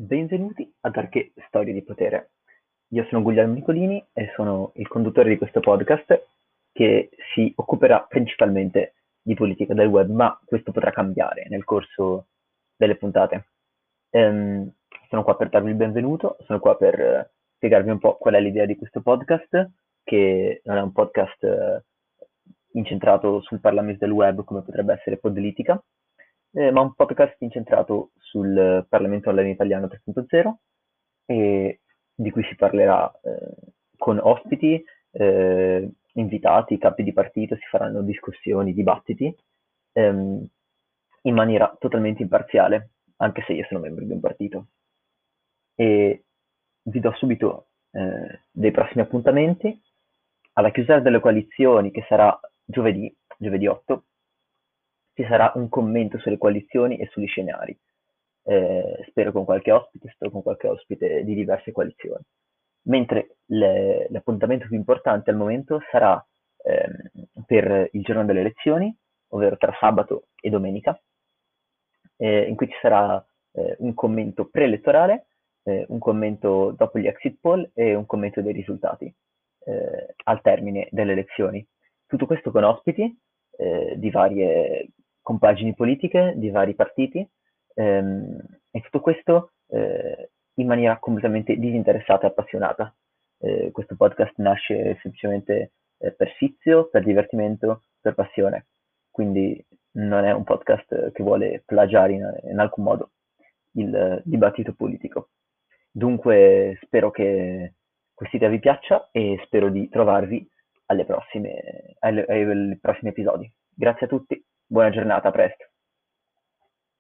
Benvenuti ad Arche Storie di Potere. Io sono Guglielmo Nicolini e sono il conduttore di questo podcast che si occuperà principalmente di politica del web, ma questo potrà cambiare nel corso delle puntate. Sono qua per darvi il benvenuto, sono qua per spiegarvi un po' qual è l'idea di questo podcast, che non è un podcast incentrato sul Parlamento del web come potrebbe essere Podlitica, ma un podcast incentrato sul Parlamento online italiano 3.0 e di cui si parlerà con ospiti, invitati, capi di partito, si faranno discussioni, dibattiti ehm, in maniera totalmente imparziale, anche se io sono membro di un partito. E vi do subito dei prossimi appuntamenti. Alla chiusura delle coalizioni, che sarà giovedì 8, ci sarà un commento sulle coalizioni e sugli scenari. Spero con qualche ospite di diverse coalizioni. Mentre l'appuntamento più importante al momento sarà per il giorno delle elezioni, ovvero tra sabato e domenica, in cui ci sarà un commento preelettorale, un commento dopo gli exit poll e un commento dei risultati al termine delle elezioni. Tutto questo con ospiti di varie compagini politiche, di vari partiti, e tutto questo in maniera completamente disinteressata e appassionata. Questo podcast nasce semplicemente per sfizio, per divertimento, per passione. Quindi non è un podcast che vuole plagiare in alcun modo il dibattito politico. Dunque spero che quest'idea vi piaccia e spero di trovarvi ai prossimi episodi. Grazie a tutti, buona giornata, a presto.